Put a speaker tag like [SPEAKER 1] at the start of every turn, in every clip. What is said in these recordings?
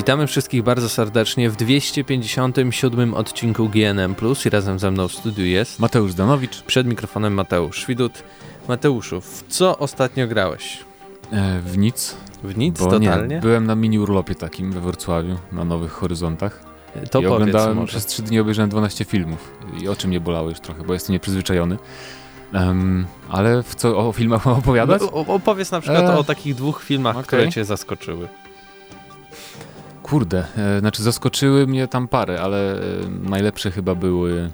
[SPEAKER 1] Witamy wszystkich bardzo serdecznie w 257 odcinku GNM+. I razem ze mną w studiu jest
[SPEAKER 2] Mateusz Zdanowicz.
[SPEAKER 1] Przed mikrofonem Mateusz Widut. Mateuszu, w co ostatnio grałeś?
[SPEAKER 2] W nic.
[SPEAKER 1] W nic?
[SPEAKER 2] Bo
[SPEAKER 1] Totalnie?
[SPEAKER 2] Nie, byłem na mini urlopie takim we Wrocławiu, na Nowych Horyzontach.
[SPEAKER 1] To
[SPEAKER 2] I oglądałem
[SPEAKER 1] może.
[SPEAKER 2] przez 3 dni, obejrzałem 12 filmów. I oczy mnie bolały już trochę, bo jestem nieprzyzwyczajony. Ale o filmach mam opowiadać?
[SPEAKER 1] No, opowiedz na przykład o takich 2 filmach, które cię zaskoczyły.
[SPEAKER 2] Kurde, zaskoczyły mnie tam parę, ale najlepsze chyba były...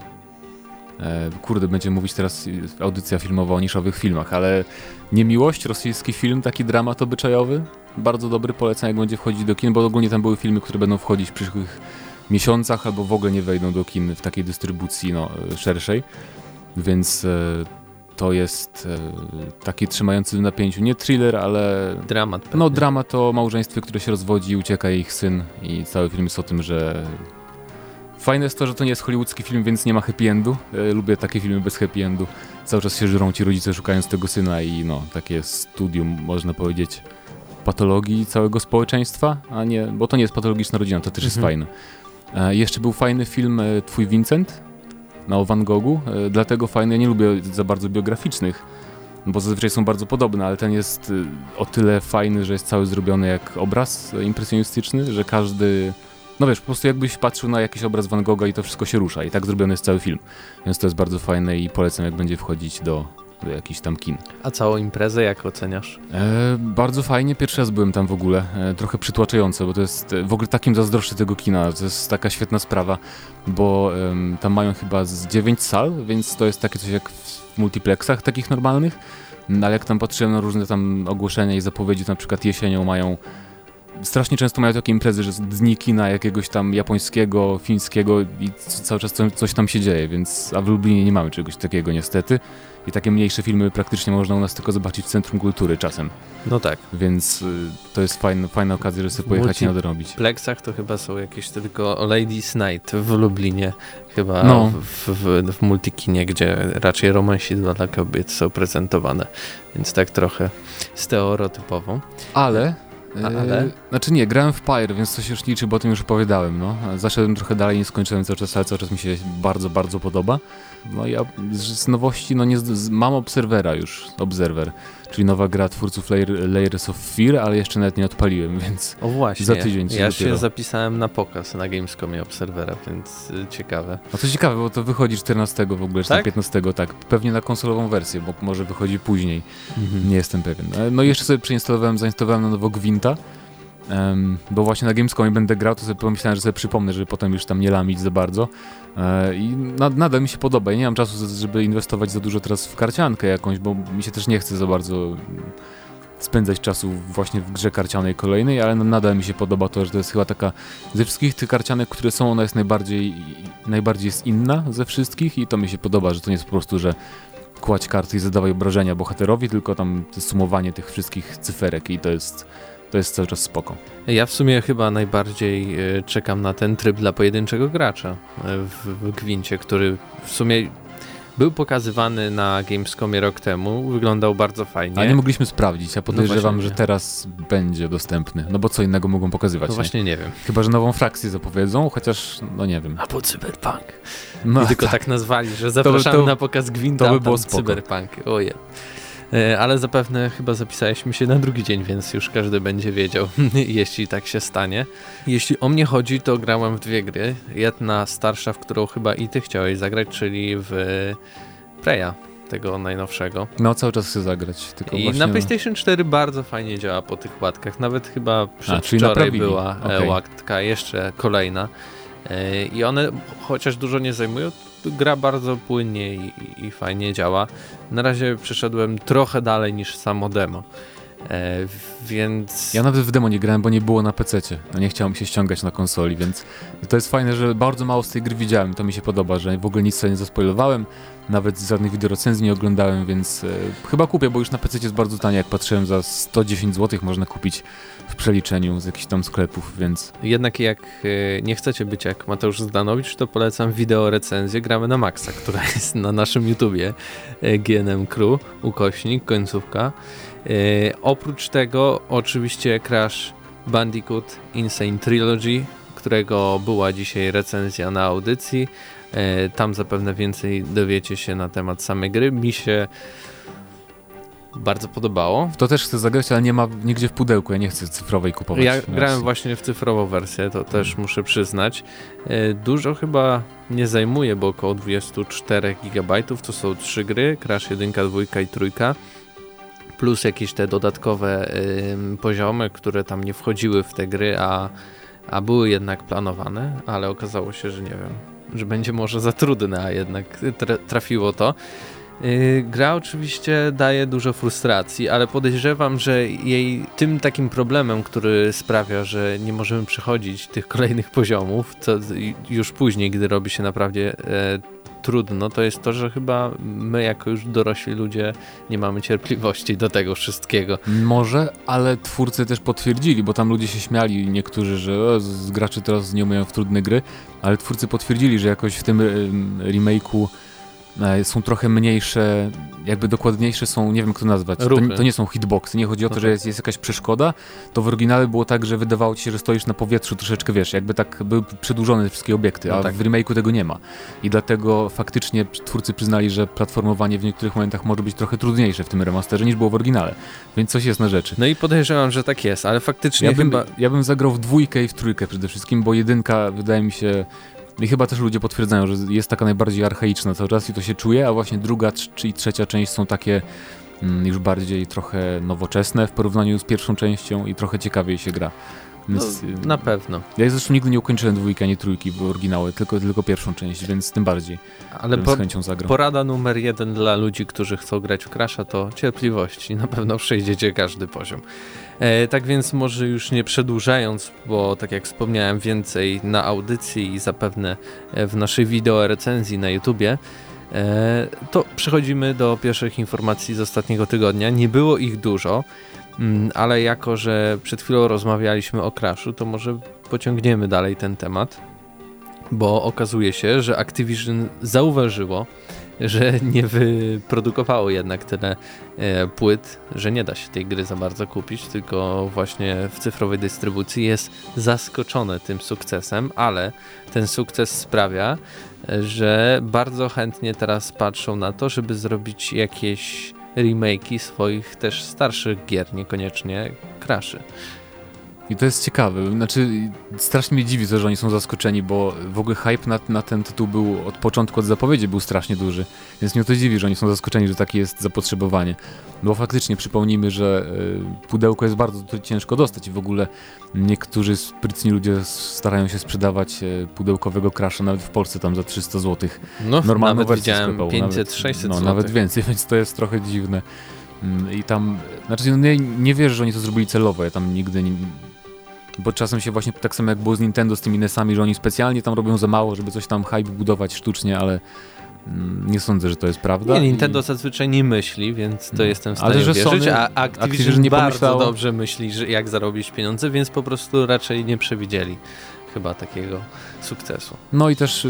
[SPEAKER 2] będziemy mówić teraz audycja filmowa o niszowych filmach, ale Niemiłość, rosyjski film, taki dramat obyczajowy. Bardzo dobry, polecam, jak będzie wchodzić do kin, bo ogólnie tam były filmy, które będą wchodzić w przyszłych miesiącach albo w ogóle nie wejdą do kin w takiej dystrybucji szerszej, więc to jest taki trzymający w napięciu, nie thriller, ale
[SPEAKER 1] dramat. Pewnie.
[SPEAKER 2] Dramat o małżeństwie, które się rozwodzi i ucieka ich syn i cały film jest o tym, że fajne jest to, że to nie jest hollywoodzki film, więc nie ma happy endu. Lubię takie filmy bez happy endu. Cały czas się żrą ci rodzice szukając tego syna i takie studium, można powiedzieć, patologii całego społeczeństwa, a nie, bo to nie jest patologiczna rodzina, to też jest fajne. Jeszcze był fajny film Twój Vincent o Van Goghu, dlatego fajny, ja nie lubię za bardzo biograficznych, bo zazwyczaj są bardzo podobne, ale ten jest o tyle fajny, że jest cały zrobiony jak obraz impresjonistyczny, że każdy... po prostu jakbyś patrzył na jakiś obraz Van Gogha i to wszystko się rusza i tak zrobiony jest cały film. Więc to jest bardzo fajne i polecam, jak będzie wchodzić do jakichś tam kin.
[SPEAKER 1] A całą imprezę jak oceniasz?
[SPEAKER 2] Bardzo fajnie, pierwszy raz byłem tam w ogóle. Trochę przytłaczające, bo to jest w ogóle takim zazdroszczę tego kina. To jest taka świetna sprawa, bo tam mają chyba z 9 sal, więc to jest takie coś jak w multiplexach takich normalnych. Ale jak tam patrzyłem na różne tam ogłoszenia i zapowiedzi, to na przykład jesienią mają... Strasznie często mają takie imprezy, że dni kina jakiegoś tam japońskiego, fińskiego i cały czas coś tam się dzieje, a w Lublinie nie mamy czegoś takiego niestety i takie mniejsze filmy praktycznie można u nas tylko zobaczyć w Centrum Kultury czasem. No tak. Więc to jest fajna okazja, żeby sobie pojechać i nadrobić. W
[SPEAKER 1] multiplexach to chyba są jakieś tylko Ladies Night w Lublinie, chyba w multikinie, gdzie raczej romansidła dla kobiet są prezentowane, więc tak trochę stereotypowo.
[SPEAKER 2] Ale grałem w Pyre, więc to się już liczy, bo o tym już opowiadałem, Zaszedłem trochę dalej, nie skończyłem cały czas, ale cały czas mi się bardzo, bardzo podoba. Ja z nowości, mam Obserwera już, Observer, czyli nowa gra twórców Layers of Fear, ale jeszcze nawet nie odpaliłem, więc za tydzień.
[SPEAKER 1] Ja się zapisałem na pokaz na Gamescomie Obserwera, więc ciekawe.
[SPEAKER 2] A to ciekawe, bo to wychodzi 14 w ogóle, czy
[SPEAKER 1] tak?
[SPEAKER 2] 15, tak, pewnie na konsolową wersję, bo może wychodzi później, nie jestem pewien. No i jeszcze sobie zainstalowałem na nowo Gwinta, bo właśnie na Gamescomie będę grał, to sobie pomyślałem, że sobie przypomnę, żeby potem już tam nie lamić za bardzo i nadal mi się podoba. Ja nie mam czasu, żeby inwestować za dużo teraz w karciankę jakąś, bo mi się też nie chce za bardzo spędzać czasu właśnie w grze karcianej kolejnej, ale nadal mi się podoba to, że to jest chyba taka ze wszystkich tych karcianek, które są, ona jest najbardziej jest inna ze wszystkich i to mi się podoba, że to nie jest po prostu, że kładź karty i zadawaj obrażenia bohaterowi, tylko tam sumowanie tych wszystkich cyferek i to jest cały czas spoko. Ja
[SPEAKER 1] w sumie chyba najbardziej czekam na ten tryb dla pojedynczego gracza w Gwincie, który w sumie był pokazywany na Gamescomie rok temu, wyglądał bardzo fajnie.
[SPEAKER 2] A nie mogliśmy sprawdzić, ja podejrzewam, że teraz będzie dostępny, bo co innego mogą pokazywać.
[SPEAKER 1] No właśnie nie wiem.
[SPEAKER 2] Chyba, że nową frakcję zapowiedzą, chociaż nie wiem.
[SPEAKER 1] Albo Cyberpunk. I tylko tak nazwali, że zapraszamy na pokaz Gwinta,
[SPEAKER 2] to by było
[SPEAKER 1] Cyberpunk. Oje. Ale zapewne chyba zapisaliśmy się na drugi dzień, więc już każdy będzie wiedział, jeśli tak się stanie. Jeśli o mnie chodzi, to grałem w 2 gry. Jedna starsza, w którą chyba i ty chciałeś zagrać, czyli w Preya, tego najnowszego.
[SPEAKER 2] Cały czas chcę zagrać. Tylko
[SPEAKER 1] i
[SPEAKER 2] właśnie...
[SPEAKER 1] na PlayStation 4 bardzo fajnie działa po tych łatkach. Nawet chyba przedwczoraj była łatka, jeszcze kolejna. I one, chociaż dużo nie zajmują, gra bardzo płynnie i fajnie działa. Na razie przeszedłem trochę dalej niż samo demo, więc...
[SPEAKER 2] Ja nawet w demo nie grałem, bo nie było na PC-cie. Nie chciałem się ściągać na konsoli, więc to jest fajne, że bardzo mało z tej gry widziałem. To mi się podoba, że w ogóle nic sobie nie zaspoilowałem. Nawet żadnych wideorecenzji nie oglądałem, więc chyba kupię, bo już na PC jest bardzo tanie. Jak patrzyłem, za 110 zł można kupić w przeliczeniu z jakichś tam sklepów, więc...
[SPEAKER 1] Jednak jak nie chcecie być jak Mateusz Zdanowicz, to polecam wideorecenzję Gramy na Maxa, która jest na naszym YouTubie GNM Crew, / końcówka. Oprócz tego oczywiście Crash Bandicoot Insane Trilogy, którego była dzisiaj recenzja na audycji. Tam zapewne więcej dowiecie się na temat samej gry. Mi się bardzo podobało.
[SPEAKER 2] To też chcę zagrać, ale nie ma nigdzie w pudełku, ja nie chcę cyfrowej kupować.
[SPEAKER 1] Ja grałem właśnie w cyfrową wersję, to też muszę przyznać. Dużo chyba nie zajmuje, bo około 24 GB. To są 3 gry, Crash 1, 2 i 3. Plus jakieś te dodatkowe poziomy, które tam nie wchodziły w te gry, a były jednak planowane, ale okazało się, że nie wiem, że będzie może za trudne, a jednak trafiło to. Gra oczywiście daje dużo frustracji, ale podejrzewam, że jej tym takim problemem, który sprawia, że nie możemy przechodzić tych kolejnych poziomów, co już później, gdy robi się naprawdę trudno, to jest to, że chyba my jako już dorośli ludzie nie mamy cierpliwości do tego wszystkiego.
[SPEAKER 2] Może, ale twórcy też potwierdzili, bo tam ludzie się śmiali niektórzy, że gracze teraz nie umieją w trudne gry, ale twórcy potwierdzili, że jakoś w tym remake'u są trochę mniejsze, jakby dokładniejsze są, nie wiem jak to nazwać, to nie są hitboxy, nie chodzi o to, że jest jakaś przeszkoda, to w oryginale było tak, że wydawało ci się, że stoisz na powietrzu troszeczkę, wiesz, jakby tak były przedłużone wszystkie obiekty, a w remake'u tego nie ma. I dlatego faktycznie twórcy przyznali, że platformowanie w niektórych momentach może być trochę trudniejsze w tym remasterze niż było w oryginale, więc coś jest na rzeczy.
[SPEAKER 1] No i podejrzewam, że tak jest, ale faktycznie
[SPEAKER 2] ja bym zagrał w 2 i w 3 przede wszystkim, bo 1 wydaje mi się. I chyba też ludzie potwierdzają, że jest taka najbardziej archaiczna cały czas i to się czuje, a właśnie 2. i 3. część są takie już bardziej trochę nowoczesne w porównaniu z 1. częścią i trochę ciekawiej się gra. Więc,
[SPEAKER 1] na pewno.
[SPEAKER 2] Ja zresztą nigdy nie ukończyłem 2 ani 3 w oryginały, tylko 1. część, więc tym bardziej z chęcią zagrał.
[SPEAKER 1] Porada numer 1 dla ludzi, którzy chcą grać w Crasha, to cierpliwości. Na pewno przejdziecie każdy poziom. Tak więc może już nie przedłużając, bo tak jak wspomniałem, więcej na audycji i zapewne w naszej wideo recenzji na YouTubie, to przechodzimy do pierwszych informacji z ostatniego tygodnia. Nie było ich dużo, ale jako, że przed chwilą rozmawialiśmy o Crashu, to może pociągniemy dalej ten temat, bo okazuje się, że Activision zauważyło, że nie wyprodukowało jednak tyle płyt, że nie da się tej gry za bardzo kupić, tylko właśnie w cyfrowej dystrybucji jest zaskoczone tym sukcesem, ale ten sukces sprawia, że bardzo chętnie teraz patrzą na to, żeby zrobić jakieś remake'i swoich też starszych gier, niekoniecznie Crashy.
[SPEAKER 2] I to jest ciekawe, znaczy strasznie mnie dziwi to, że oni są zaskoczeni, bo w ogóle hype na ten tytuł był od początku, od zapowiedzi był strasznie duży, więc mnie to dziwi, że oni są zaskoczeni, że takie jest zapotrzebowanie. Bo faktycznie przypomnijmy, że pudełko jest bardzo ciężko dostać i w ogóle niektórzy sprycni ludzie starają się sprzedawać pudełkowego Crasha nawet w Polsce tam za 300 zł.
[SPEAKER 1] No, nawet widziałem 500-600 zł.
[SPEAKER 2] Nawet więcej, więc to jest trochę dziwne. I tam, znaczy nie wierzę, że oni to zrobili celowo, ja tam nigdy nie... Bo czasem się właśnie tak samo jak było z Nintendo, z tymi NES-ami, że oni specjalnie tam robią za mało, żeby coś tam hype budować sztucznie, ale nie sądzę, że to jest prawda.
[SPEAKER 1] Nie, Nintendo zazwyczaj nie myśli, więc to jestem w stanie wierzyć,
[SPEAKER 2] Sony,
[SPEAKER 1] a Activision nie bardzo dobrze myśli, że jak zarobić pieniądze, więc po prostu raczej nie przewidzieli chyba takiego sukcesu.
[SPEAKER 2] No i też,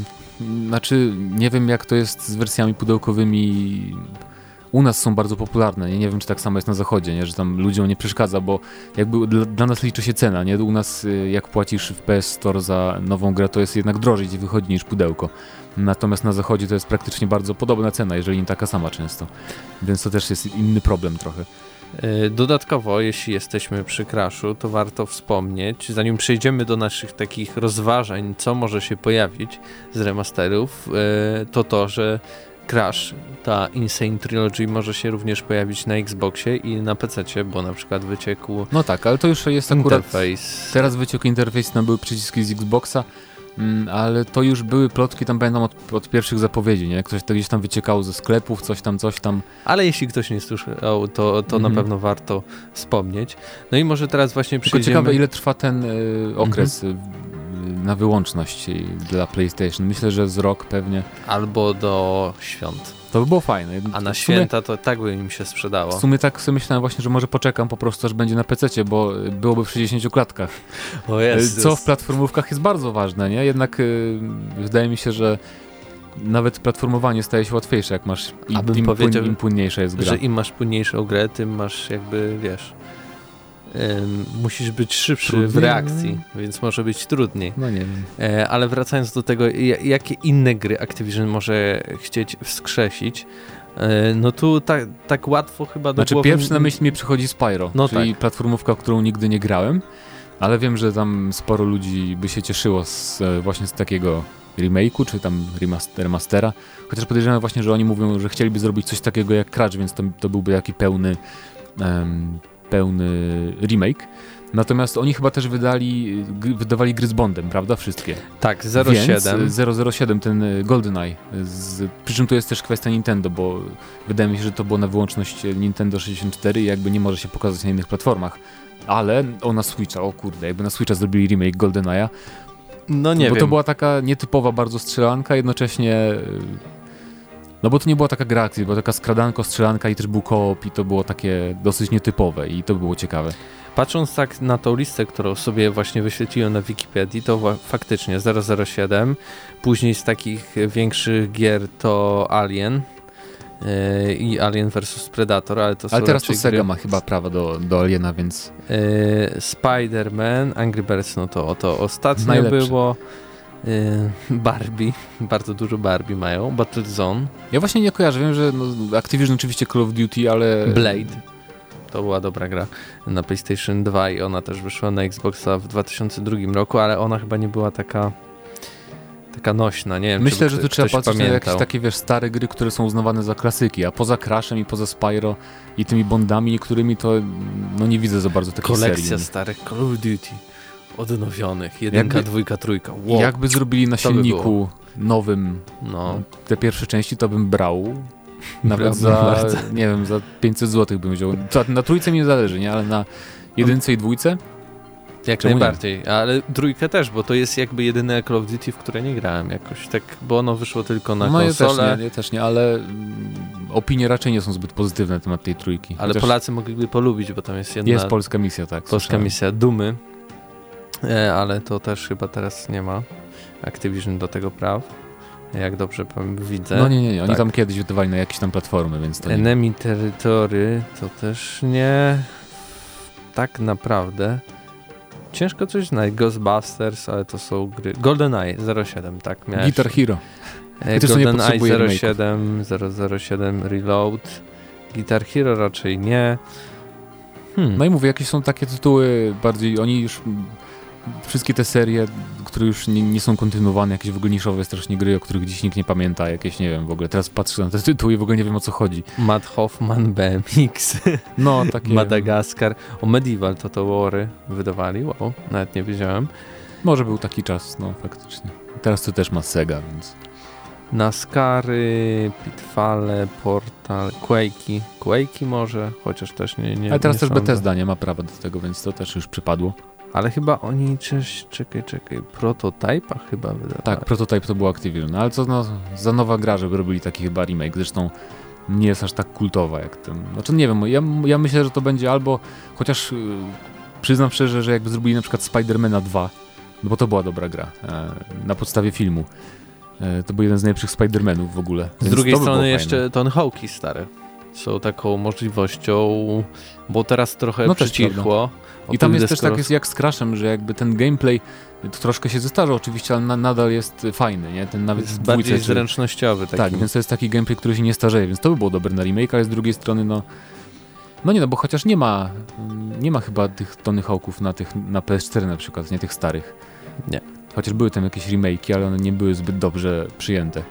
[SPEAKER 2] znaczy nie wiem jak to jest z wersjami pudełkowymi. U nas są bardzo popularne, nie wiem czy tak samo jest na zachodzie, nie? Że tam ludziom nie przeszkadza, bo jakby dla nas liczy się cena, nie? U nas jak płacisz w PS Store za nową grę, to jest jednak drożej ci wychodzi niż pudełko. Natomiast na zachodzie to jest praktycznie bardzo podobna cena, jeżeli nie taka sama często. Więc to też jest inny problem trochę.
[SPEAKER 1] Dodatkowo, jeśli jesteśmy przy Crashu, to warto wspomnieć, zanim przejdziemy do naszych takich rozważań, co może się pojawić z remasterów, to, że Crash, ta Insane Trilogy może się również pojawić na Xboxie i na PC-cie, bo na przykład wyciekł
[SPEAKER 2] No tak, ale to już jest
[SPEAKER 1] interfejs.
[SPEAKER 2] Akurat, teraz wyciekł interfejs, tam były przyciski z Xboxa, ale to już były plotki, tam będą od pierwszych zapowiedzi, nie? Ktoś to gdzieś tam wyciekało ze sklepów, coś tam. Ale
[SPEAKER 1] jeśli ktoś nie słyszał, to na pewno warto wspomnieć. No i może teraz właśnie przejdziemy...
[SPEAKER 2] Tylko ciekawe, ile trwa ten okres na wyłączność dla PlayStation. Myślę, że z rok pewnie.
[SPEAKER 1] Albo do świąt.
[SPEAKER 2] To by było fajne.
[SPEAKER 1] A na święta to tak by im się sprzedało.
[SPEAKER 2] W sumie tak sobie myślałem właśnie, że może poczekam po prostu, aż będzie na PC-cie, bo byłoby w 60 klatkach.
[SPEAKER 1] O jest,
[SPEAKER 2] co w platformówkach jest bardzo ważne, nie? Jednak wydaje mi się, że nawet platformowanie staje się łatwiejsze, jak masz im płynniejsza jest gra.
[SPEAKER 1] Że im masz płynniejszą grę, tym masz jakby, wiesz, musisz być szybszy
[SPEAKER 2] Trudniej,
[SPEAKER 1] w reakcji, więc może być trudniej.
[SPEAKER 2] No nie wiem.
[SPEAKER 1] Ale wracając do tego, jakie inne gry Activision może chcieć wskrzesić, no tu tak łatwo chyba do
[SPEAKER 2] Znaczy
[SPEAKER 1] głowy...
[SPEAKER 2] pierwszy na myśl mi przychodzi Spyro,
[SPEAKER 1] no
[SPEAKER 2] czyli
[SPEAKER 1] tak.
[SPEAKER 2] platformówka, którą nigdy nie grałem, ale wiem, że tam sporo ludzi by się cieszyło właśnie z takiego remake'u, czy tam remastera, chociaż podejrzewam właśnie, że oni mówią, że chcieliby zrobić coś takiego jak Crash, więc to byłby taki pełny remake. Natomiast oni chyba też wydawali gry z Bondem, prawda? Wszystkie.
[SPEAKER 1] Tak, 07.
[SPEAKER 2] Więc 007, ten GoldenEye. Przy czym to jest też kwestia Nintendo, bo wydaje mi się, że to było na wyłączność Nintendo 64 i jakby nie może się pokazać na innych platformach. Ale na Switcha, o kurde, jakby na Switcha zrobili remake GoldenEye'a.
[SPEAKER 1] No nie wiem.
[SPEAKER 2] Bo to była taka nietypowa bardzo strzelanka, jednocześnie... No bo to nie była taka gra akcji, była taka skradanko, strzelanka i też był koop i to było takie dosyć nietypowe i to było ciekawe.
[SPEAKER 1] Patrząc tak na tą listę, którą sobie właśnie wyświetliłem na Wikipedii, to faktycznie 007, później z takich większych gier to Alien i Alien vs Predator, ale to są
[SPEAKER 2] ale teraz to Sega
[SPEAKER 1] gry.
[SPEAKER 2] ma chyba prawa do Aliena, więc...
[SPEAKER 1] Spider-Man, Angry Birds, no to ostatnio
[SPEAKER 2] najlepsze.
[SPEAKER 1] było... Barbie, bardzo dużo Barbie mają, Battlezone.
[SPEAKER 2] Ja właśnie nie kojarzę, wiem, że Activision oczywiście Call of Duty, ale...
[SPEAKER 1] Blade, to była dobra gra na PlayStation 2 i ona też wyszła na Xboxa w 2002 roku, ale ona chyba nie była taka nośna, nie wiem.
[SPEAKER 2] Myślę, że tu trzeba patrzeć
[SPEAKER 1] pamiętał.
[SPEAKER 2] na jakieś takie, stare gry, które są uznawane za klasyki, a poza Crashem i poza Spyro i tymi Bondami niektórymi to nie widzę za bardzo takich serii.
[SPEAKER 1] Kolekcja starych Call of Duty odnowionych, 1, 2, 3. Wow.
[SPEAKER 2] Jakby zrobili na silniku nowym te pierwsze części, to bym brał. Nawet za 500 zł bym wziął. Na trójce mi nie zależy, nie? Ale na jedynce i dwójce?
[SPEAKER 1] Jak
[SPEAKER 2] czemu
[SPEAKER 1] najbardziej, nie? Ale trójkę też, bo to jest jakby jedyne Call of Duty, w które nie grałem jakoś tak, bo ono wyszło tylko na konsolę.
[SPEAKER 2] Ja też nie, ale opinie raczej nie są zbyt pozytywne na temat tej trójki.
[SPEAKER 1] Ale Polacy mogliby polubić, bo tam jest jedna...
[SPEAKER 2] Jest polska misja, tak.
[SPEAKER 1] Polska misja Dumy, ale to też chyba teraz nie ma Activision do tego praw, jak dobrze widzę.
[SPEAKER 2] No nie, oni
[SPEAKER 1] tak.
[SPEAKER 2] tam kiedyś wydawali na jakieś tam platformy, więc to
[SPEAKER 1] Enemy Territory to też nie... Tak naprawdę... Ciężko coś znaleźć. Ghostbusters, ale to są gry... GoldenEye 07, tak? Miałeś...
[SPEAKER 2] Guitar Hero.
[SPEAKER 1] GoldenEye 07, 007 Reload. Guitar Hero raczej nie.
[SPEAKER 2] No i mówię, jakieś są takie tytuły bardziej... Oni już... Wszystkie te serie, które już nie są kontynuowane, jakieś w ogóle niszowe strasznie gry, o których dziś nikt nie pamięta, jakieś nie wiem, w ogóle teraz patrzę na te tytuły i w ogóle nie wiem, o co chodzi.
[SPEAKER 1] Matt Hoffman, BMX,
[SPEAKER 2] no takie...
[SPEAKER 1] Madagaskar, Medieval Total Wary wydawali, wow, nawet nie wiedziałem.
[SPEAKER 2] Może był taki czas, faktycznie. Teraz to też ma Sega, więc...
[SPEAKER 1] NASCARy, Pitfale, Portal, Quake'i może, chociaż też nie
[SPEAKER 2] ale teraz
[SPEAKER 1] nie
[SPEAKER 2] też
[SPEAKER 1] sądzę.
[SPEAKER 2] Bethesda nie ma prawa do tego, więc to też już przypadło.
[SPEAKER 1] Ale chyba oni czekaj, Prototype'a chyba wydawali.
[SPEAKER 2] Tak, Prototype to był Activision, ale co za nowa gra, żeby robili taki chyba remake, zresztą nie jest aż tak kultowa jak ten. Znaczy nie wiem, ja myślę, że to będzie albo, chociaż przyznam szczerze, że jakby zrobili na przykład Spider-Mana 2, no bo to była dobra gra, na podstawie filmu. To był jeden z najlepszych Spider-Manów w ogóle.
[SPEAKER 1] Z drugiej strony jeszcze Tony Hawk'i stare są taką możliwością, bo teraz trochę przycichło.
[SPEAKER 2] I tam jest też tak jak z Crashem, że jakby ten gameplay to troszkę się zestarzał oczywiście, ale nadal jest fajny, nie? Ten nawet
[SPEAKER 1] jest bardziej zręcznościowy taki.
[SPEAKER 2] Tak, więc to jest taki gameplay, który się nie starzeje, więc to by było dobre na remake, ale z drugiej strony bo chociaż nie ma chyba tych Tony Hawków na PS4 na przykład, nie tych starych.
[SPEAKER 1] Nie.
[SPEAKER 2] Chociaż były tam jakieś remake'i, ale one nie były zbyt dobrze przyjęte.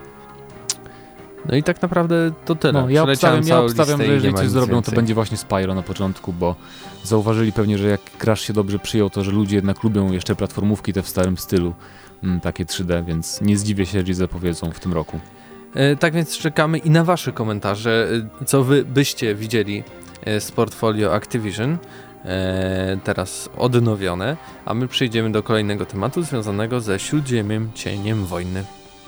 [SPEAKER 1] No i tak naprawdę to tyle.
[SPEAKER 2] Ja obstawiam, że jeżeli coś zrobią, to będzie właśnie Spyro na początku, bo zauważyli pewnie, że jak Crash się dobrze przyjął, to że ludzie jednak lubią jeszcze platformówki te w starym stylu, takie 3D, więc nie zdziwię się, jeżeli zapowiedzą w tym roku.
[SPEAKER 1] Tak więc czekamy i na wasze komentarze, co wy byście widzieli z portfolio Activision, teraz odnowione, a my przejdziemy do kolejnego tematu związanego ze Śródziemiem Cieniem Wojny.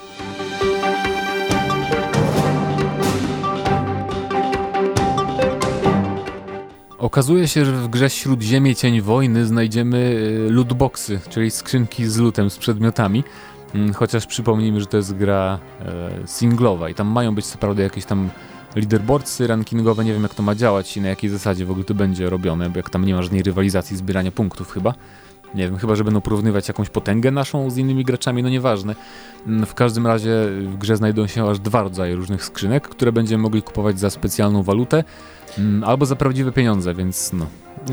[SPEAKER 2] Okazuje się, że w grze Śródziemie Cień Wojny znajdziemy lootboxy, czyli skrzynki z lootem, z przedmiotami, chociaż przypomnijmy, że to jest gra singlowa i tam mają być co prawda jakieś tam leaderboardsy rankingowe, nie wiem jak to ma działać i na jakiej zasadzie w ogóle to będzie robione, bo jak tam nie ma żadnej rywalizacji zbierania punktów chyba. Nie wiem, chyba że będą porównywać jakąś potęgę naszą z innymi graczami, no nieważne. W każdym razie w grze znajdują się aż 2 rodzaje różnych skrzynek, które będziemy mogli kupować za specjalną walutę albo za prawdziwe pieniądze, więc no.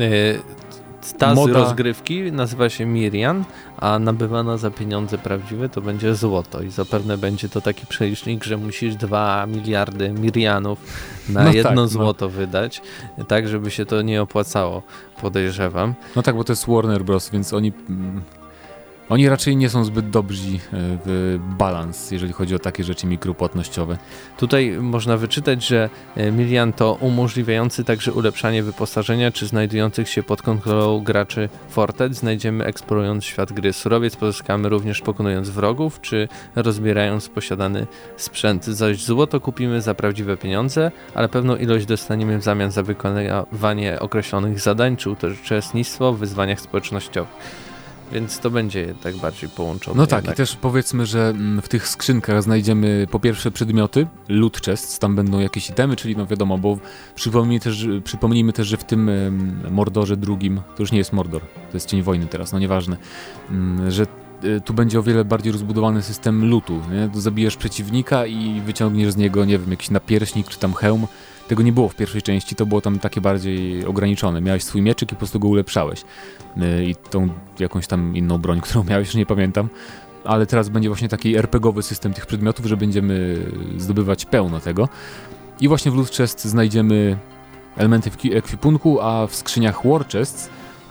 [SPEAKER 1] Ta z rozgrywki nazywa się Mirian, a nabywana za pieniądze prawdziwe to będzie złoto i zapewne będzie to taki przelicznik, że musisz 2 miliardy Mirianów na jedno złoto wydać, tak żeby się to nie opłacało, podejrzewam.
[SPEAKER 2] No tak, bo to jest Warner Bros., więc oni raczej nie są zbyt dobrzy w balans, jeżeli chodzi o takie rzeczy mikropłatnościowe.
[SPEAKER 1] Tutaj można wyczytać, że Mirian to umożliwiający także ulepszanie wyposażenia czy znajdujących się pod kontrolą graczy fortec. Znajdziemy eksplorując świat gry. Surowiec pozyskamy również pokonując wrogów czy rozbierając posiadany sprzęt. Zaś złoto kupimy za prawdziwe pieniądze, ale pewną ilość dostaniemy w zamian za wykonywanie określonych zadań czy uczestnictwo w wyzwaniach społecznościowych. Więc to będzie tak bardziej połączone.
[SPEAKER 2] No tak, i też powiedzmy, że w tych skrzynkach znajdziemy po pierwsze przedmioty, loot chests, tam będą jakieś itemy, czyli no wiadomo, bo przypomnijmy też, że w tym Mordorze drugim, to już nie jest Mordor, to jest Cień Wojny teraz, no nieważne, że tu będzie o wiele bardziej rozbudowany system lootu, nie? Zabijesz przeciwnika i wyciągniesz z niego, nie wiem, jakiś napierśnik czy tam hełm. Tego nie było w pierwszej części, to było tam takie bardziej ograniczone. Miałeś swój mieczyk i po prostu go ulepszałeś. I tą jakąś tam inną broń, którą miałeś, już nie pamiętam. Ale teraz będzie właśnie taki RPG-owy system tych przedmiotów, że będziemy zdobywać pełno tego. I właśnie w Loot Chest znajdziemy elementy ekwipunku, a w skrzyniach War Chests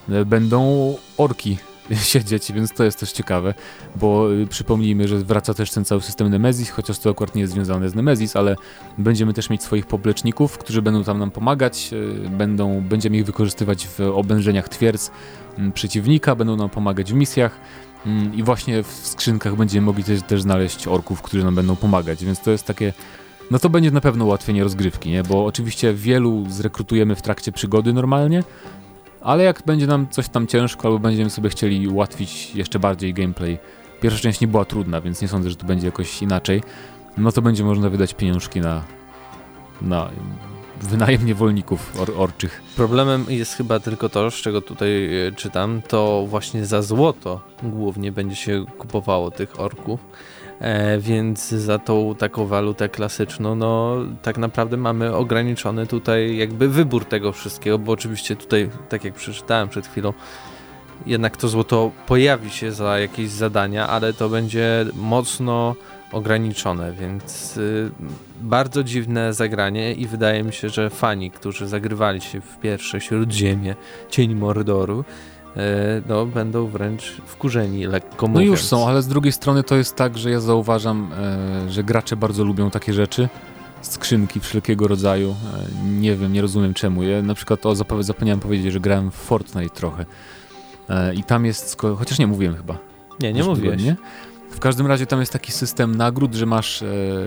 [SPEAKER 2] będą orki siedzieć, więc to jest też ciekawe, bo przypomnijmy, że wraca też ten cały system Nemesis, chociaż to akurat nie jest związane z Nemesis, ale będziemy też mieć swoich popleczników, którzy będą tam nam pomagać, będziemy ich wykorzystywać w oblężeniach twierdz przeciwnika, będą nam pomagać w misjach i właśnie w skrzynkach będziemy mogli też znaleźć orków, którzy nam będą pomagać, więc to jest takie, no to będzie na pewno ułatwienie rozgrywki, nie? Bo oczywiście wielu zrekrutujemy w trakcie przygody normalnie, ale jak będzie nam coś tam ciężko, albo będziemy sobie chcieli ułatwić jeszcze bardziej gameplay, pierwsza część nie była trudna, więc nie sądzę, że to będzie jakoś inaczej, no to będzie można wydać pieniążki na wynajem niewolników orczych.
[SPEAKER 1] Problemem jest chyba tylko to, z czego tutaj czytam, to właśnie za złoto głównie będzie się kupowało tych orków. Więc za tą taką walutę klasyczną, no tak naprawdę mamy ograniczony tutaj jakby wybór tego wszystkiego, bo oczywiście tutaj, tak jak przeczytałem przed chwilą, jednak to złoto pojawi się za jakieś zadania, ale to będzie mocno ograniczone, więc bardzo dziwne zagranie i wydaje mi się, że fani, którzy zagrywali się w pierwsze Śródziemie, Cień Mordoru, no będą wręcz wkurzeni, lekko mówiąc.
[SPEAKER 2] No już są, ale z drugiej strony to jest tak, że ja zauważam, że gracze bardzo lubią takie rzeczy, skrzynki wszelkiego rodzaju, nie wiem, nie rozumiem czemu. Ja na przykład zapomniałem powiedzieć, że grałem w Fortnite trochę i tam jest, chociaż nie mówiłem chyba.
[SPEAKER 1] Nie mówiłeś.
[SPEAKER 2] Nie? W każdym razie tam jest taki system nagród, że masz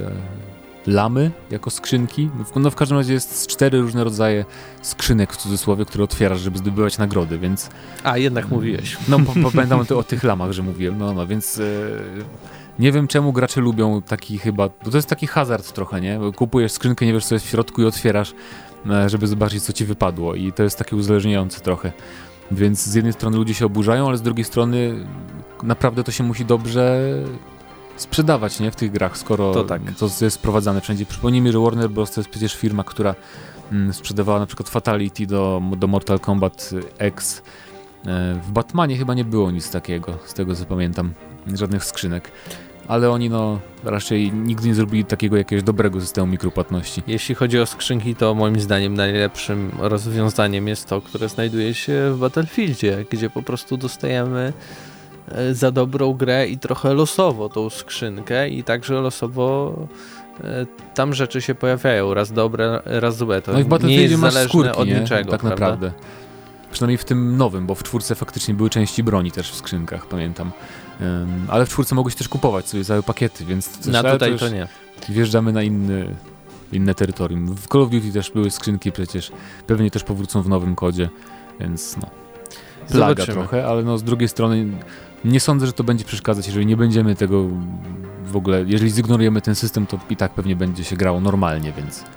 [SPEAKER 2] lamy jako skrzynki. No w każdym razie jest 4 różne rodzaje skrzynek w cudzysłowie, które otwierasz, żeby zdobywać nagrody, więc...
[SPEAKER 1] A, jednak mówiłeś.
[SPEAKER 2] No, pamiętam o tych lamach, że mówiłem, no, więc nie wiem czemu gracze lubią taki chyba, bo to jest taki hazard trochę, nie? Kupujesz skrzynkę, nie wiesz co jest w środku i otwierasz, żeby zobaczyć co ci wypadło i to jest takie uzależniające trochę. Więc z jednej strony ludzie się oburzają, ale z drugiej strony naprawdę to się musi dobrze sprzedawać, nie, w tych grach, skoro to jest sprowadzane wszędzie. Przypomnijmy, że Warner Bros. To jest przecież firma, która sprzedawała na przykład Fatality do Mortal Kombat X. W Batmanie chyba nie było nic takiego, z tego co pamiętam, żadnych skrzynek. Ale oni raczej nigdy nie zrobili takiego jakiegoś dobrego systemu mikropłatności.
[SPEAKER 1] Jeśli chodzi o skrzynki, to moim zdaniem najlepszym rozwiązaniem jest to, które znajduje się w Battlefieldzie, gdzie po prostu dostajemy za dobrą grę i trochę losowo tą skrzynkę i także losowo tam rzeczy się pojawiają, raz dobre, raz złe. To
[SPEAKER 2] no i w
[SPEAKER 1] nie jest
[SPEAKER 2] masz
[SPEAKER 1] zależne
[SPEAKER 2] skórki,
[SPEAKER 1] od
[SPEAKER 2] nie?
[SPEAKER 1] niczego,
[SPEAKER 2] tak
[SPEAKER 1] prawda?
[SPEAKER 2] Naprawdę. Przynajmniej w tym nowym, bo w 4 faktycznie były części broni też w skrzynkach, pamiętam. Ale w 4 mogłeś też kupować sobie całe pakiety, więc...
[SPEAKER 1] Na tutaj to nie.
[SPEAKER 2] Wjeżdżamy na inne terytorium. W Call of Duty też były skrzynki przecież, pewnie też powrócą w nowym kodzie, więc plaga
[SPEAKER 1] Zobaczymy.
[SPEAKER 2] trochę, ale z drugiej strony nie sądzę, że to będzie przeszkadzać, jeżeli nie będziemy tego w ogóle, jeżeli zignorujemy ten system, to i tak pewnie będzie się grało normalnie, więc...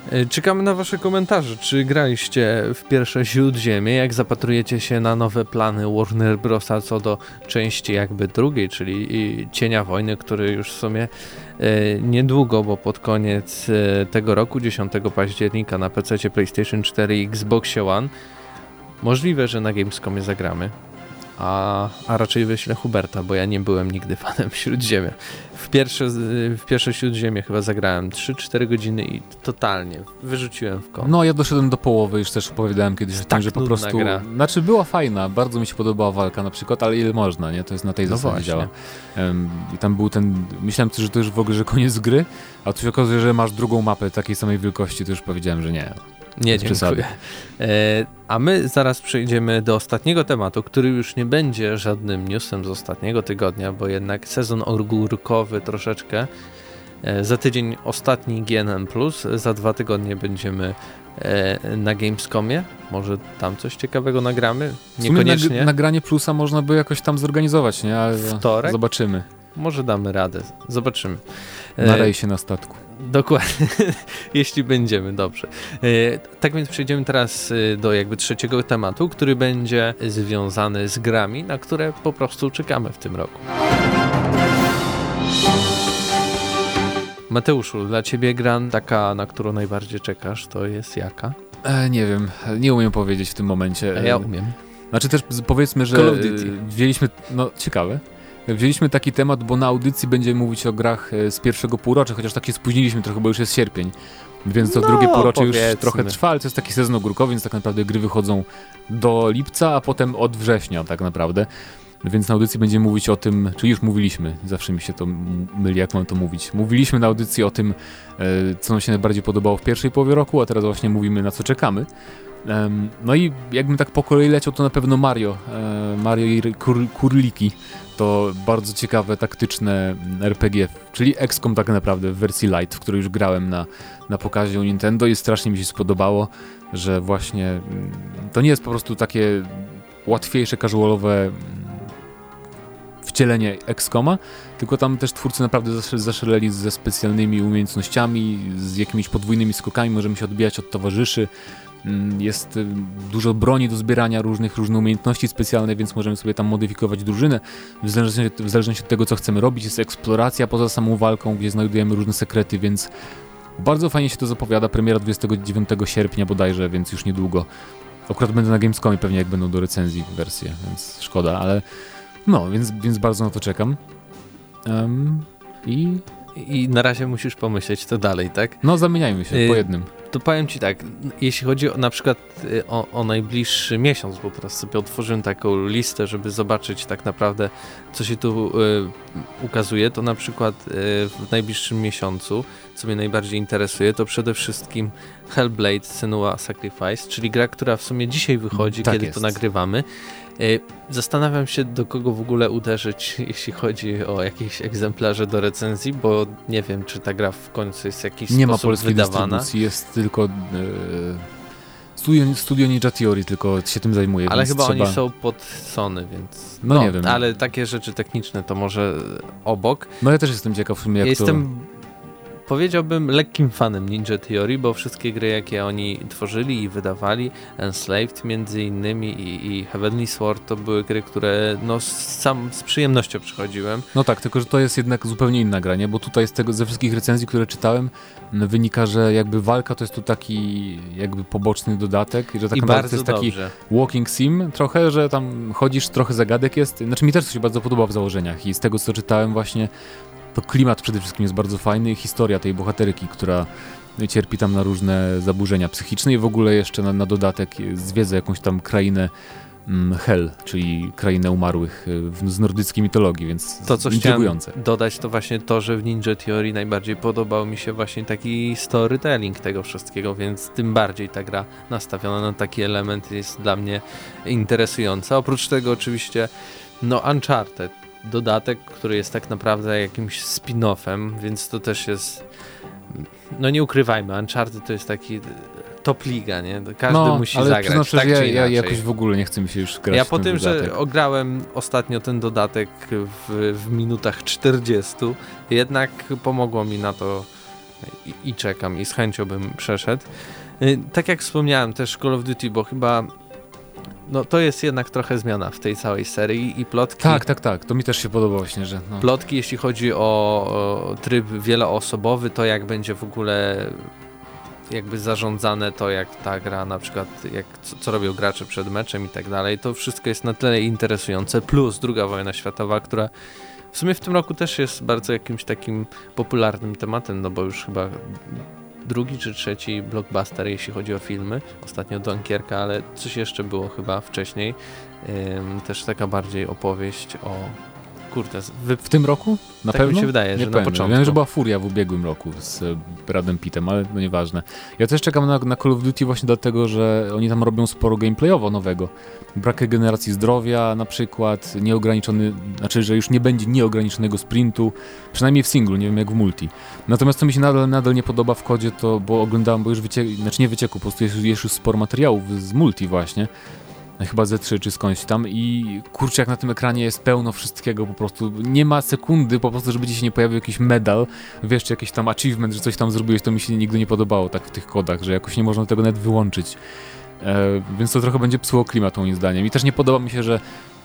[SPEAKER 1] Czekamy na wasze komentarze. Czy graliście w pierwsze Śródziemie? Jak zapatrujecie się na nowe plany Warner Brosa co do części jakby drugiej, czyli Cienia Wojny, który już w sumie niedługo, bo pod koniec tego roku, 10 października na PC, PlayStation 4 i Xboxie One. Możliwe, że na Gamescomie zagramy. A raczej wyślę Huberta, bo ja nie byłem nigdy fanem Śródziemia. W pierwsze Śródziemie chyba zagrałem 3-4 godziny i totalnie wyrzuciłem w kąt.
[SPEAKER 2] No, ja doszedłem do połowy, już też opowiadałem kiedyś o tym, że po prostu...
[SPEAKER 1] gra.
[SPEAKER 2] Znaczy, była fajna, bardzo mi się podobała walka na przykład, ale ile można, nie? To jest na tej zasadzie działa. I tam był myślałem, że to już w ogóle, że koniec gry, a tu się okazuje, że masz drugą mapę takiej samej wielkości, to już powiedziałem, że nie.
[SPEAKER 1] Nie, dziękuję. A my zaraz przejdziemy do ostatniego tematu, który już nie będzie żadnym newsem z ostatniego tygodnia, bo jednak sezon ogórkowy troszeczkę. Za tydzień ostatni GNM+, za 2 tygodnie będziemy na Gamescomie. Może tam coś ciekawego nagramy? Niekoniecznie.
[SPEAKER 2] Nagranie plusa można by jakoś tam zorganizować, nie? Ale
[SPEAKER 1] wtorek?
[SPEAKER 2] Zobaczymy.
[SPEAKER 1] Może damy radę. Zobaczymy.
[SPEAKER 2] Na rejsie na statku.
[SPEAKER 1] Dokładnie, jeśli będziemy, dobrze. Tak więc przejdziemy teraz do jakby trzeciego tematu, który będzie związany z grami, na które po prostu czekamy w tym roku. Mateuszu, dla ciebie gra taka, na którą najbardziej czekasz, to jest jaka?
[SPEAKER 2] Nie wiem, nie umiem powiedzieć w tym momencie.
[SPEAKER 1] Ja umiem.
[SPEAKER 2] Znaczy też powiedzmy, że wzięliśmy, ciekawe. Wzięliśmy taki temat, bo na audycji będziemy mówić o grach z pierwszego półrocza, chociaż tak się spóźniliśmy trochę, bo już jest sierpień. Więc to drugie półrocze już trochę trwa, ale to jest taki sezon ogórkowy, więc tak naprawdę gry wychodzą do lipca, a potem od września tak naprawdę. Więc na audycji będziemy mówić o tym, czy już mówiliśmy, zawsze mi się to myli, jak mam to mówić. Mówiliśmy na audycji o tym, co nam się najbardziej podobało w pierwszej połowie roku, a teraz właśnie mówimy, na co czekamy. No i jakbym tak po kolei leciał, to na pewno Mario i Kurliki. To bardzo ciekawe, taktyczne RPG, czyli XCOM tak naprawdę w wersji light, w której już grałem na pokazie u Nintendo i strasznie mi się spodobało, że właśnie to nie jest po prostu takie łatwiejsze, casualowe wcielenie XCOMa, tylko tam też twórcy naprawdę zaszaleli ze specjalnymi umiejętnościami, z jakimiś podwójnymi skokami, możemy się odbijać od towarzyszy. Jest dużo broni do zbierania, różne umiejętności specjalne, więc możemy sobie tam modyfikować drużynę w zależności od tego, co chcemy robić. Jest eksploracja poza samą walką, gdzie znajdujemy różne sekrety, więc bardzo fajnie się to zapowiada. Premiera 29 sierpnia bodajże, więc już niedługo. Akurat będę na Gamescomie pewnie, jak będą do recenzji wersje, więc szkoda, ale no, więc bardzo na to czekam.
[SPEAKER 1] I na razie musisz pomyśleć to dalej, tak?
[SPEAKER 2] No, zamieniajmy się po jednym.
[SPEAKER 1] To powiem ci tak, jeśli chodzi na przykład o najbliższy miesiąc, bo teraz sobie otworzyłem taką listę, żeby zobaczyć tak naprawdę, co się tu ukazuje, to na przykład w najbliższym miesiącu, co mnie najbardziej interesuje, to przede wszystkim Hellblade: Senua's Sacrifice, czyli gra, która w sumie dzisiaj wychodzi,
[SPEAKER 2] tak
[SPEAKER 1] kiedy
[SPEAKER 2] jest.
[SPEAKER 1] to nagrywamy. Zastanawiam się, do kogo w ogóle uderzyć, jeśli chodzi o jakieś egzemplarze do recenzji, bo nie wiem, czy ta gra w końcu jest w jakiś
[SPEAKER 2] nie
[SPEAKER 1] sposób
[SPEAKER 2] ma polskiej
[SPEAKER 1] wydawana.
[SPEAKER 2] Dystrybucji, jest tylko Studio Ninja Theory tylko się tym zajmuje.
[SPEAKER 1] Ale
[SPEAKER 2] więc
[SPEAKER 1] chyba
[SPEAKER 2] trzeba...
[SPEAKER 1] oni są pod Sony, więc...
[SPEAKER 2] No nie wiem.
[SPEAKER 1] Ale takie rzeczy techniczne to może obok.
[SPEAKER 2] No ja też jestem ciekaw w sumie, jak
[SPEAKER 1] Powiedziałbym lekkim fanem Ninja Theory, bo wszystkie gry, jakie oni tworzyli i wydawali, Enslaved między innymi i Heavenly Sword, to były gry, które no sam z przyjemnością przychodziłem.
[SPEAKER 2] No tak, tylko że to jest jednak zupełnie inna gra, nie? Bo tutaj ze wszystkich recenzji, które czytałem, wynika, że jakby walka to jest tu taki jakby poboczny dodatek i że tak naprawdę to jest taki walking sim trochę, że tam chodzisz, trochę zagadek jest. Znaczy mi też to się bardzo podoba w założeniach i z tego, co czytałem właśnie, to klimat przede wszystkim jest bardzo fajny i historia tej bohaterki, która cierpi tam na różne zaburzenia psychiczne i w ogóle jeszcze na dodatek zwiedza jakąś tam krainę Hel, czyli krainę umarłych z nordyckiej mitologii, więc
[SPEAKER 1] to, co
[SPEAKER 2] intrygujące.
[SPEAKER 1] Chciałem dodać, to właśnie to, że w Ninja Theory najbardziej podobał mi się właśnie taki storytelling tego wszystkiego, więc tym bardziej ta gra nastawiona na taki element jest dla mnie interesująca. Oprócz tego oczywiście Uncharted, dodatek, który jest tak naprawdę jakimś spin-offem, więc to też jest, no nie ukrywajmy, Uncharted to jest taki top liga, nie? Każdy musi zagrać,
[SPEAKER 2] znaczy,
[SPEAKER 1] tak czy inaczej.
[SPEAKER 2] Ja jakoś w ogóle nie chcę mi się już grać.
[SPEAKER 1] Ja po tym, że ograłem ostatnio ten dodatek w minutach 40, jednak pomogło mi na to i czekam i z chęcią bym przeszedł. Tak jak wspomniałem też Call of Duty, bo chyba no to jest jednak trochę zmiana w tej całej serii i plotki.
[SPEAKER 2] Tak, to mi też się podoba właśnie, że... No.
[SPEAKER 1] Plotki, jeśli chodzi o tryb wieloosobowy, to jak będzie w ogóle jakby zarządzane to, jak ta gra na przykład, co robią gracze przed meczem i tak dalej, to wszystko jest na tyle interesujące, plus II wojna światowa, która w sumie w tym roku też jest bardzo jakimś takim popularnym tematem, no bo już chyba drugi czy trzeci blockbuster, jeśli chodzi o filmy. Ostatnio Dunkierka, ale coś jeszcze było chyba wcześniej. Też taka bardziej opowieść o... Kurde,
[SPEAKER 2] w tym roku? Na
[SPEAKER 1] tak
[SPEAKER 2] pewno?
[SPEAKER 1] mi się wydaje,
[SPEAKER 2] nie
[SPEAKER 1] że
[SPEAKER 2] pewnie.
[SPEAKER 1] Na początku.
[SPEAKER 2] Wiem, że była Furia w ubiegłym roku z Bradem Pittem, ale no nieważne. Ja też czekam na Call of Duty właśnie dlatego, że oni tam robią sporo gameplayowo nowego. Brak regeneracji zdrowia na przykład, nieograniczony, znaczy, że już nie będzie nieograniczonego sprintu, przynajmniej w singlu, nie wiem jak w multi. Natomiast co mi się nadal nie podoba w kodzie, to bo oglądałem, bo już nie wyciekło, po prostu jest już sporo materiałów z multi właśnie. Chyba ze 3 czy skądś tam i kurczę, jak na tym ekranie jest pełno wszystkiego, po prostu nie ma sekundy po prostu, żeby ci się nie pojawił jakiś medal, wiesz, czy jakiś tam achievement, że coś tam zrobiłeś, to mi się nigdy nie podobało tak w tych kodach, że jakoś nie można tego nawet wyłączyć. Więc to trochę będzie psuło klimat moim zdaniem i też nie podoba mi się, że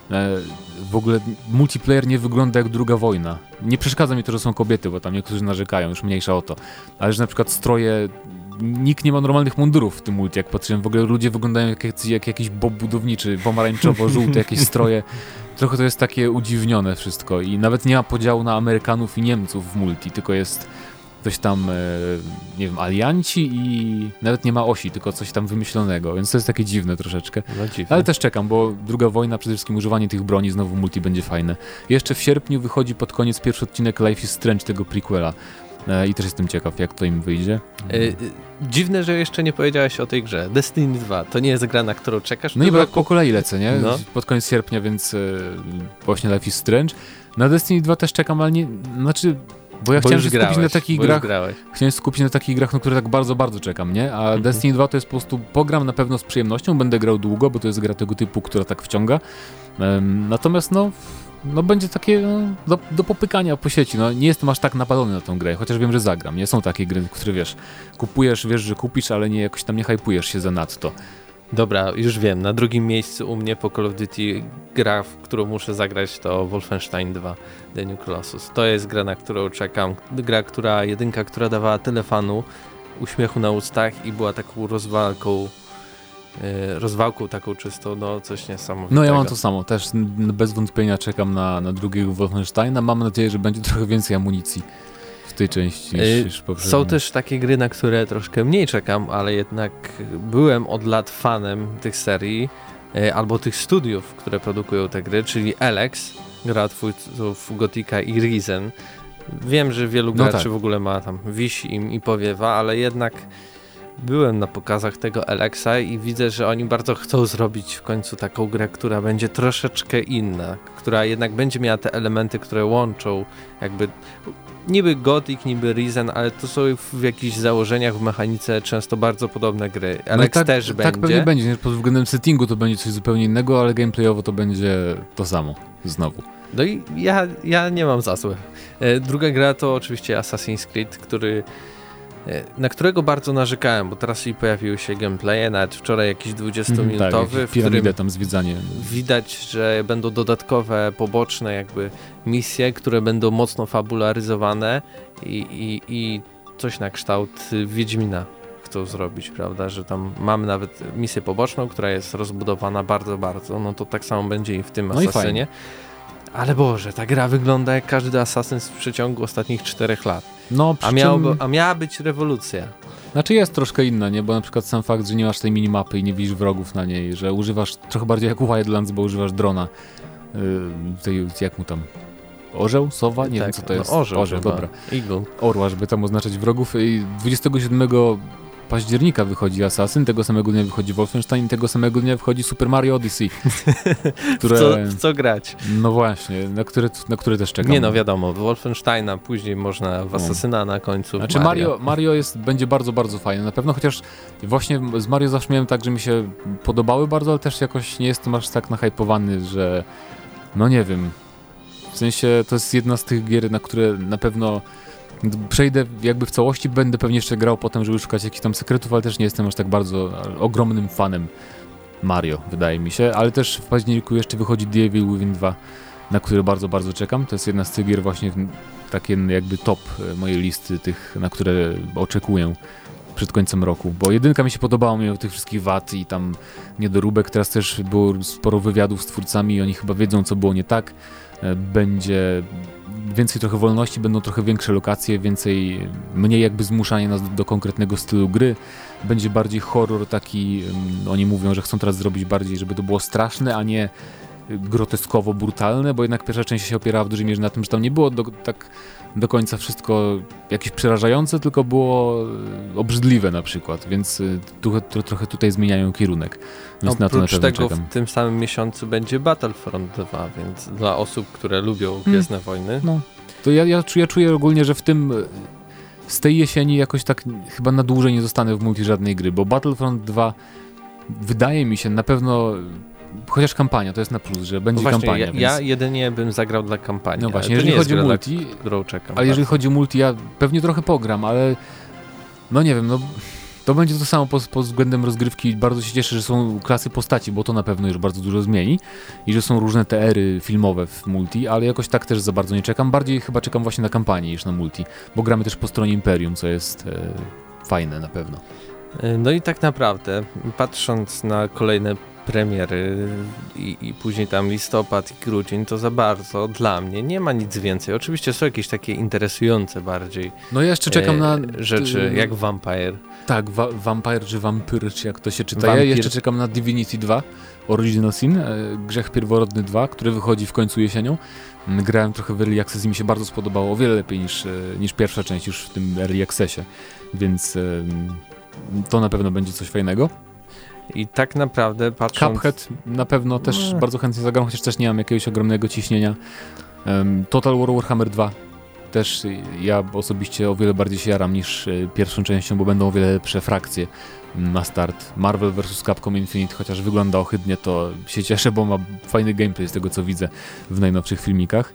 [SPEAKER 2] w ogóle multiplayer nie wygląda jak II wojna. Nie przeszkadza mi to, że są kobiety, bo tam niektórzy narzekają, już mniejsza o to, ale że na przykład stroje, nikt nie ma normalnych mundurów w tym multi, jak patrzyłem, w ogóle ludzie wyglądają jak jakiś bob budowniczy, pomarańczowo-żółte jakieś stroje, trochę to jest takie udziwnione wszystko i nawet nie ma podziału na Amerykanów i Niemców w multi, tylko jest coś tam, nie wiem, alianci i nawet nie ma osi, tylko coś tam wymyślonego, więc to jest takie dziwne troszeczkę.
[SPEAKER 1] No, dziwne.
[SPEAKER 2] Ale też czekam, bo II wojna, przede wszystkim używanie tych broni znowu w multi będzie fajne. Jeszcze w sierpniu wychodzi pod koniec pierwszy odcinek Life is Strange, tego prequela. I też jestem ciekaw, jak to im wyjdzie.
[SPEAKER 1] Dziwne, że jeszcze nie powiedziałeś o tej grze. Destiny 2, to nie jest gra, na którą czekasz?
[SPEAKER 2] No i po kolei lecę, nie?
[SPEAKER 1] No.
[SPEAKER 2] Pod koniec sierpnia, więc właśnie Life is Strange. Na Destiny 2 też czekam, ale nie, znaczy... Bo ja chciałem się skupić na takich grach, no, które tak bardzo, bardzo czekam, nie? A Destiny 2 to jest po prostu, pogram na pewno z przyjemnością, będę grał długo, bo to jest gra tego typu, która tak wciąga. Natomiast no będzie takie do popykania po sieci. No, nie jestem aż tak napalony na tą grę, chociaż wiem, że zagram. Nie są takie gry, które wiesz, kupujesz, wiesz, że kupisz, ale nie jakoś tam nie hypujesz się zanadto.
[SPEAKER 1] Dobra, już wiem. Na drugim miejscu u mnie po Call of Duty gra, w którą muszę zagrać, to Wolfenstein 2 The New Colossus. To jest gra, na którą czekam. Gra, jedynka, która dawała tyle fanu, uśmiechu na ustach i była taką rozwałką taką czystą, no coś niesamowitego.
[SPEAKER 2] No ja mam to samo, też bez wątpienia czekam na drugiego Wolfensteina. Mam nadzieję, że będzie trochę więcej amunicji w tej części niż poprzednio.
[SPEAKER 1] Są też takie gry, na które troszkę mniej czekam, ale jednak byłem od lat fanem tych serii albo tych studiów, które produkują te gry, czyli Elex, gra twórców Gothica i Risen. Wiem, że wielu graczy w ogóle ma tam wisi im i powiewa, ale jednak byłem na pokazach tego Elexa i widzę, że oni bardzo chcą zrobić w końcu taką grę, która będzie troszeczkę inna, która jednak będzie miała te elementy, które łączą jakby niby Gothic, niby Risen, ale to są w jakichś założeniach, w mechanice często bardzo podobne gry. Elex też będzie.
[SPEAKER 2] Tak pewnie będzie, pod względem settingu to będzie coś zupełnie innego, ale gameplayowo to będzie to samo znowu.
[SPEAKER 1] No i ja nie mam za złe. Druga gra to oczywiście Assassin's Creed, na którego bardzo narzekałem, bo teraz i pojawiły się gameplaye, nawet wczoraj jakiś 20-minutowy,
[SPEAKER 2] tak,
[SPEAKER 1] w którym
[SPEAKER 2] tam zwiedzanie.
[SPEAKER 1] widać, że będą dodatkowe, poboczne jakby misje, które będą mocno fabularyzowane i coś na kształt Wiedźmina chcą zrobić, prawda, że tam mamy nawet misję poboczną, która jest rozbudowana bardzo, bardzo, no to tak samo będzie i w tym Assassinie. Ale Boże, ta gra wygląda jak każdy Assassin w przeciągu ostatnich 4 lat.
[SPEAKER 2] No,
[SPEAKER 1] a miała być rewolucja.
[SPEAKER 2] Znaczy jest troszkę inna, nie? Bo na przykład sam fakt, że nie masz tej minimapy i nie widzisz wrogów na niej, że używasz trochę bardziej jak Wildlands, bo używasz drona. Jak mu tam? Orzeł? Sowa? Nie wiem co to jest.
[SPEAKER 1] Orzeł,
[SPEAKER 2] dobra.
[SPEAKER 1] Eagle.
[SPEAKER 2] Orła, żeby tam oznaczać wrogów. I 27 października wychodzi Assassin, tego samego dnia wychodzi Wolfenstein, tego samego dnia wychodzi Super Mario Odyssey.
[SPEAKER 1] Które... w co grać?
[SPEAKER 2] No właśnie, na które też czekam.
[SPEAKER 1] Nie no, wiadomo, Wolfensteina, później można w Assassina na końcu.
[SPEAKER 2] Znaczy Mario będzie bardzo, bardzo fajny na pewno, chociaż właśnie z Mario zawsze miałem tak, że mi się podobały bardzo, ale też jakoś nie jestem aż tak nahypowany, że no nie wiem. W sensie to jest jedna z tych gier, na które na pewno Przejdę jakby w całości, będę pewnie jeszcze grał potem, żeby szukać jakichś tam sekretów, ale też nie jestem aż tak bardzo ogromnym fanem Mario, wydaje mi się, ale też w październiku jeszcze wychodzi The Evil Within 2, na który bardzo, bardzo czekam. To jest jedna z tych gier właśnie takie jakby top mojej listy tych, na które oczekuję przed końcem roku, bo jedynka mi się podobała mimo tych wszystkich wad i tam niedoróbek, teraz też było sporo wywiadów z twórcami i oni chyba wiedzą, co było nie tak. Będzie więcej trochę wolności, będą trochę większe lokacje, mniej jakby zmuszanie nas do konkretnego stylu gry. Będzie bardziej horror taki, oni mówią, że chcą teraz zrobić bardziej, żeby to było straszne, a nie groteskowo brutalne, bo jednak pierwsza część się opierała w dużej mierze na tym, że tam nie było tak do końca wszystko jakieś przerażające, tylko było obrzydliwe na przykład, więc trochę tutaj zmieniają kierunek. Więc na to na pewno
[SPEAKER 1] tego
[SPEAKER 2] czekam.
[SPEAKER 1] w tym samym miesiącu będzie Battlefront 2, więc dla osób, które lubią Gwiezdne Wojny.
[SPEAKER 2] No, to ja czuję ogólnie, że z tej jesieni jakoś tak chyba na dłużej nie zostanę w multi żadnej gry, bo Battlefront 2 wydaje mi się na pewno, chociaż kampania to jest na plus, że będzie kampania.
[SPEAKER 1] Ja jedynie bym zagrał dla kampanii.
[SPEAKER 2] No właśnie, jeżeli chodzi o multi,
[SPEAKER 1] którą czekam.
[SPEAKER 2] Ale jeżeli chodzi o multi, ja pewnie trochę pogram, ale no nie wiem, no to będzie to samo pod względem rozgrywki. Bardzo się cieszę, że są klasy postaci, bo to na pewno już bardzo dużo zmieni i że są różne te ery filmowe w multi, ale jakoś tak też za bardzo nie czekam. Bardziej chyba czekam właśnie na kampanię niż na multi, bo gramy też po stronie Imperium, co jest fajne na pewno.
[SPEAKER 1] No i tak naprawdę, patrząc na kolejne premiery i później tam listopad i grudzień, to za bardzo dla mnie nie ma nic więcej. Oczywiście są jakieś takie interesujące bardziej
[SPEAKER 2] no ja jeszcze czekam na
[SPEAKER 1] rzeczy jak Vampire.
[SPEAKER 2] Tak, Vampire czy Vampyr, czy jak to się czyta. Ja jeszcze czekam na Divinity 2, Original Sin, Grzech Pierworodny 2, który wychodzi w końcu jesienią. Grałem trochę w Early Access i mi się bardzo spodobało, o wiele lepiej niż pierwsza część już w tym Early Accessie, więc to na pewno będzie coś fajnego.
[SPEAKER 1] I tak naprawdę patrząc...
[SPEAKER 2] Cuphead na pewno też bardzo chętnie zagram, chociaż też nie mam jakiegoś ogromnego ciśnienia. Total War Warhammer 2 też ja osobiście o wiele bardziej się jaram niż pierwszą częścią, bo będą o wiele lepsze frakcje na start. Marvel vs. Capcom Infinite, chociaż wygląda ohydnie, to się cieszę, bo ma fajny gameplay z tego, co widzę w najnowszych filmikach.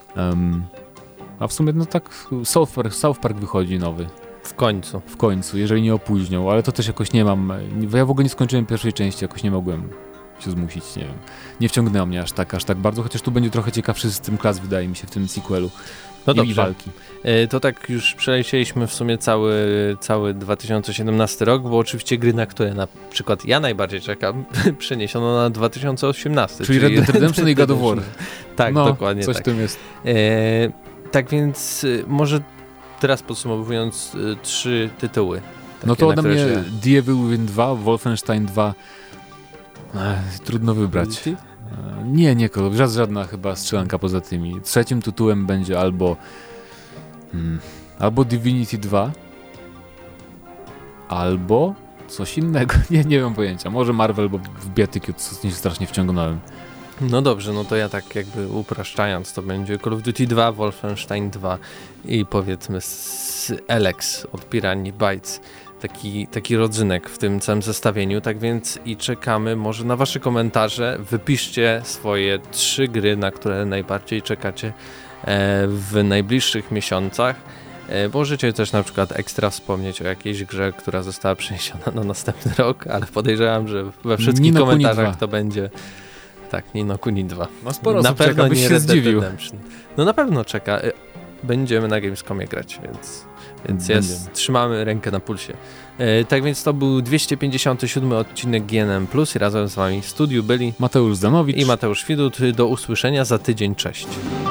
[SPEAKER 2] A w sumie no tak South Park wychodzi nowy.
[SPEAKER 1] W końcu,
[SPEAKER 2] jeżeli nie opóźnią, ale to też jakoś nie mam, ja w ogóle nie skończyłem pierwszej części, jakoś nie mogłem się zmusić, nie wiem, nie wciągnęło mnie aż tak bardzo, chociaż tu będzie trochę ciekawszy system klas, wydaje mi się, w tym sequelu.
[SPEAKER 1] No dobrze.
[SPEAKER 2] I walki.
[SPEAKER 1] To tak już przelecieliśmy w sumie cały 2017 rok, bo oczywiście gry, na które na przykład ja najbardziej czekam, przeniesiono na 2018.
[SPEAKER 2] Czyli Red Dead Redemption i God of War.
[SPEAKER 1] Tak,
[SPEAKER 2] no,
[SPEAKER 1] dokładnie
[SPEAKER 2] coś
[SPEAKER 1] tak.
[SPEAKER 2] w tym jest.
[SPEAKER 1] Tak więc może teraz podsumowując 3 tytuły. Takie,
[SPEAKER 2] no to ode mnie
[SPEAKER 1] się...
[SPEAKER 2] The Evil Within 2, Wolfenstein 2, trudno wybrać. Nie, żadna chyba strzelanka poza tymi. Trzecim tytułem będzie albo Divinity 2, albo coś innego. Nie mam pojęcia. Może Marvel, bo w Biatykiu się strasznie wciągnąłem.
[SPEAKER 1] No dobrze, no to ja tak jakby upraszczając, to będzie Call of Duty 2, Wolfenstein 2 i powiedzmy Elex od Piranha Bytes. Taki rodzynek w tym całym zestawieniu, tak więc i czekamy może na wasze komentarze. Wypiszcie swoje 3 gry, na które najbardziej czekacie w najbliższych miesiącach. Możecie też na przykład ekstra wspomnieć o jakiejś grze, która została przeniesiona na następny rok, ale podejrzewam, że we wszystkich komentarzach to będzie Ni no Kuni 2.
[SPEAKER 2] No sporo osób czeka, byś się zdziwił.
[SPEAKER 1] No na pewno czeka. Będziemy na Gamescomie grać, więc trzymamy rękę na pulsie. Tak więc to był 257 odcinek GNM+. I razem z wami w studiu byli
[SPEAKER 2] Mateusz Zdanowicz
[SPEAKER 1] i Mateusz Widut. Do usłyszenia za tydzień. Cześć.